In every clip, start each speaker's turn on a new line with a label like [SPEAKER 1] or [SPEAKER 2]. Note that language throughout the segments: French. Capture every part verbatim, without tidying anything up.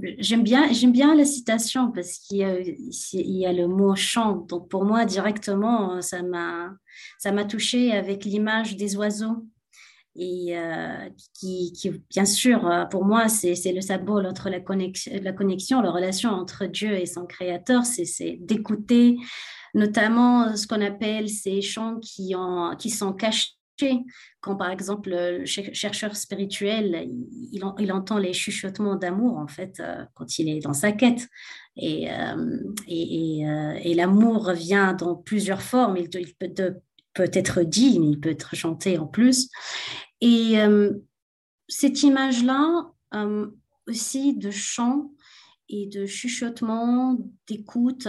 [SPEAKER 1] j'aime bien, j'aime bien la citation parce qu'il y a, il y a le mot chant. Donc pour moi, directement, ça m'a, ça m'a touché avec l'image des oiseaux. Et euh, qui, qui, bien sûr, euh, pour moi, c'est, c'est le symbole entre la connexion, la connexion, la relation entre Dieu et son créateur. C'est, c'est d'écouter notamment ce qu'on appelle ces chants qui, ont, qui sont cachés. Quand, par exemple, le chercheur spirituel, il, il entend les chuchotements d'amour, en fait, euh, quand il est dans sa quête. Et, euh, et, et, euh, et l'amour vient dans plusieurs formes. Il, il peut, de, peut être dit, mais il peut être chanté en plus. Et euh, cette image-là, euh, aussi de chant et de chuchotement, d'écoute,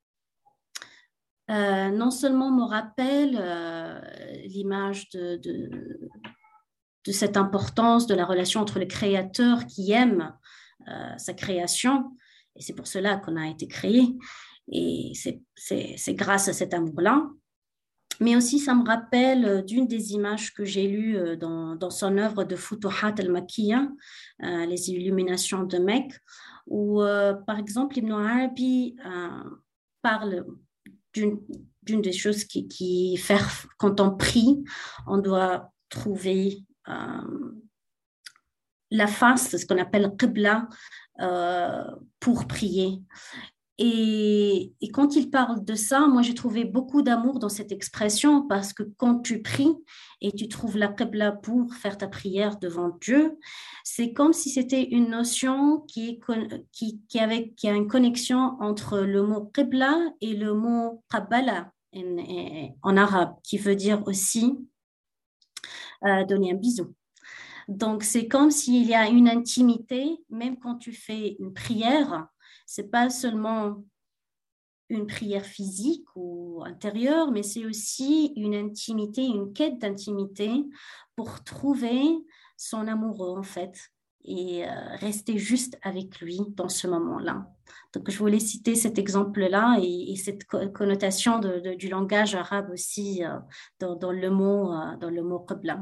[SPEAKER 1] euh, non seulement me rappelle euh, l'image de, de, de, cette importance de la relation entre le créateur qui aime euh, sa création, et c'est pour cela qu'on a été créé, et c'est, c'est, c'est grâce à cet amour-là. Mais aussi, ça me rappelle d'une des images que j'ai lues dans, dans son œuvre de Futuhat al-Makkiyya, euh, les illuminations de Mecque, où, euh, par exemple, Ibn Arabi euh, parle d'une, d'une des choses qui, qui fait quand on prie, on doit trouver euh, la face, ce qu'on appelle qibla, euh, pour prier. Et, et, quand il parle de ça, moi j'ai trouvé beaucoup d'amour dans cette expression parce que quand tu pries et tu trouves la qibla pour faire ta prière devant Dieu, c'est comme si c'était une notion qui, est, qui, qui, avait, qui a une connexion entre le mot qibla et le mot qabbala en, en arabe, qui veut dire aussi euh, donner un bisou. Donc c'est comme s'il y a une intimité, même quand tu fais une prière, c'est pas seulement une prière physique ou intérieure, mais c'est aussi une intimité, une quête d'intimité pour trouver son amoureux en fait et euh, rester juste avec lui dans ce moment-là. Donc je voulais citer cet exemple-là et, et cette connotation de, de, du langage arabe aussi euh, dans, dans le mot euh, dans le mot qibla.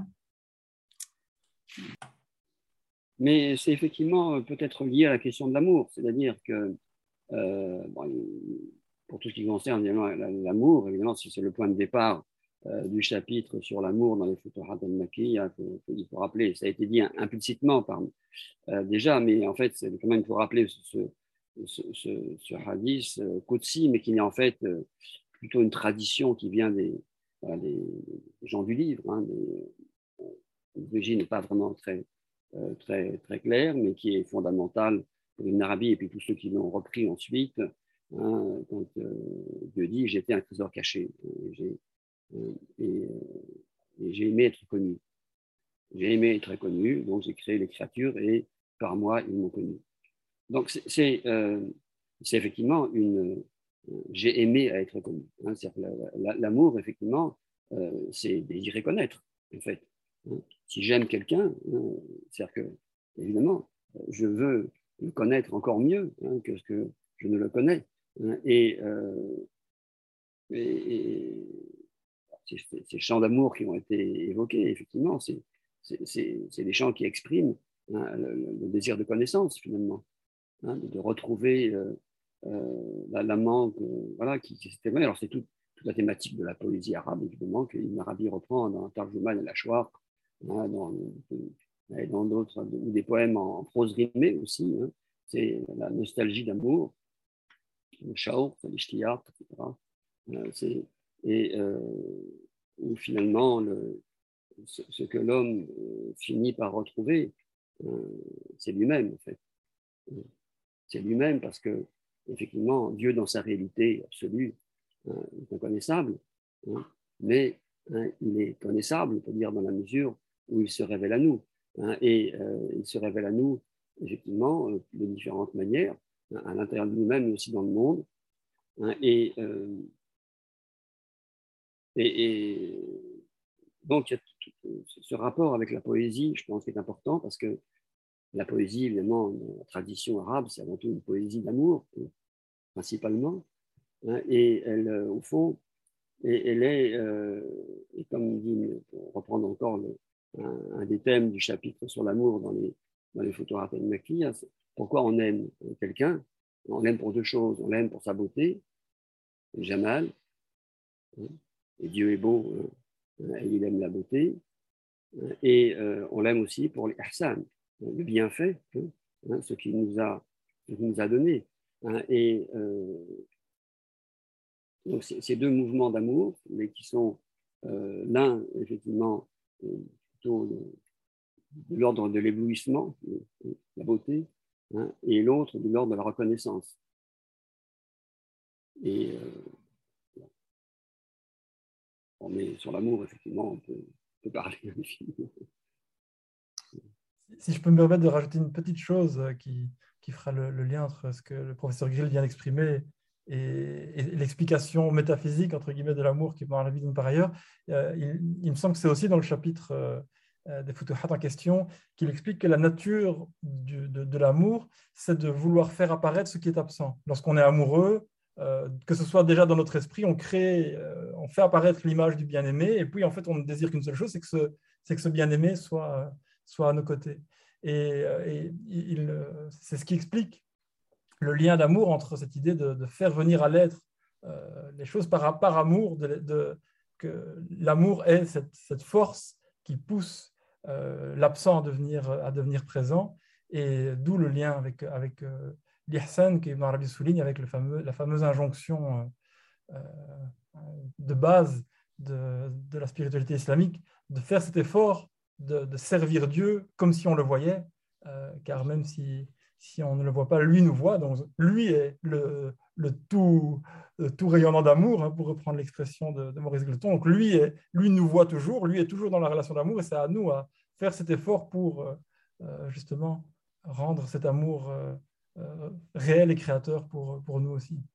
[SPEAKER 2] Mais c'est effectivement peut-être lié à la question de l'amour, c'est-à-dire que euh, bon, pour tout ce qui concerne l'amour, évidemment, si c'est le point de départ euh, du chapitre sur l'amour dans les Futuhat al-Makkiyya, il faut rappeler, ça a été dit implicitement par, euh, déjà, mais en fait, c'est quand même pour rappeler ce, ce, ce, ce hadith euh, Qudsi, mais qui est en fait euh, plutôt une tradition qui vient des, euh, des gens du livre. Hein, l'origine n'est pas vraiment très, euh, très, très claire, mais qui est fondamentale pour Ibn Arabi et puis tous ceux qui l'ont repris ensuite. Hein, quand euh, Dieu dit j'étais un trésor caché j'ai, euh, et, et j'ai aimé être connu. J'ai aimé être connu, donc j'ai créé les créatures et par moi ils m'ont connu. Donc c'est, c'est, euh, c'est effectivement une. Euh, j'ai aimé à être connu. Hein, c'est-à-dire la, la, l'amour, effectivement, euh, c'est désirer connaître, en fait. Hein. Si j'aime quelqu'un, hein, c'est-à-dire que, évidemment, je veux le connaître encore mieux hein, que ce que je ne le connais. Hein, et, euh, et, et ces, ces chants d'amour qui ont été évoqués, effectivement, c'est, c'est, c'est, c'est des chants qui expriment hein, le, le désir de connaissance, finalement. Hein, de, de retrouver euh, euh, l'amant voilà, qui, qui s'était venu. Alors, c'est tout, toute la thématique de la poésie arabe, évidemment, qu'Ibn Arabi reprend dans Tarjuman et Lachouar, hein, dans, et dans d'autres, ou des poèmes en, en prose rimée aussi. Hein. C'est la nostalgie d'amour, le shaour, l'ishtiyaq, et cetera. Euh, c'est, et euh, où finalement, le, ce, ce que l'homme euh, finit par retrouver, euh, c'est lui-même, en fait. C'est lui-même parce que, effectivement, Dieu, dans sa réalité absolue, hein, est inconnaissable, hein, mais hein, il est connaissable, on peut dire, dans la mesure où il se révèle à nous. Hein, et euh, il se révèle à nous, effectivement, euh, de différentes manières, hein, à l'intérieur de nous-mêmes, mais aussi dans le monde. Hein, et, euh, et, et, donc, il y a tout, ce rapport avec la poésie, je pense, qui est important parce que la poésie, évidemment, dans la tradition arabe, c'est avant tout une poésie d'amour, principalement. Hein, et elle, euh, au fond, et, elle est, euh, et comme dit, pour reprendre encore le, un, un des thèmes du chapitre sur l'amour dans les, dans les Futuhat al-Makkiyya, pourquoi on aime quelqu'un. On l'aime pour deux choses. On l'aime pour sa beauté, Jamal, et Dieu est beau, et il aime la beauté, et euh, on l'aime aussi pour l'ihsan, le bienfait, hein, ce qu'il nous a, ce qu'il nous a donné. Hein, et euh, donc ces deux mouvements d'amour, mais qui sont euh, l'un, effectivement, euh, plutôt de, de l'ordre de l'éblouissement, de la beauté, hein, et l'autre de l'ordre de la reconnaissance. Et euh, bon, mais sur l'amour, effectivement, on peut, on peut parler infiniment.
[SPEAKER 3] Si je peux me permettre de rajouter une petite chose qui, qui fera le, le lien entre ce que le professeur Grill vient d'exprimer et, et l'explication métaphysique, entre guillemets, de l'amour qui est dans la vie d'une par ailleurs, euh, il, il me semble que c'est aussi dans le chapitre euh, des Futuhat en question qu'il explique que la nature du, de, de l'amour, c'est de vouloir faire apparaître ce qui est absent. Lorsqu'on est amoureux, euh, que ce soit déjà dans notre esprit, on crée, euh, on fait apparaître l'image du bien-aimé, et puis en fait on ne désire qu'une seule chose, c'est que ce, c'est que ce bien-aimé soit, soit à nos côtés. Et, et il, c'est ce qui explique le lien d'amour entre cette idée de, de faire venir à l'être euh, les choses par, par amour, de, de, que l'amour est cette, cette force qui pousse euh, l'absent à devenir, à devenir présent, et d'où le lien avec, avec euh, l'ihsan qu'Ibn Arabi souligne avec le fameux, la fameuse injonction euh, de base de, de la spiritualité islamique, de faire cet effort de, de servir Dieu comme si on le voyait, euh, car même si, si on ne le voit pas, lui nous voit, donc lui est le, le, tout, le tout rayonnant d'amour, hein, pour reprendre l'expression de, de Maurice Gleton. Donc lui, est, lui nous voit toujours, lui est toujours dans la relation d'amour, et c'est à nous à faire cet effort pour euh, justement rendre cet amour euh, euh, réel et créateur pour, pour nous aussi.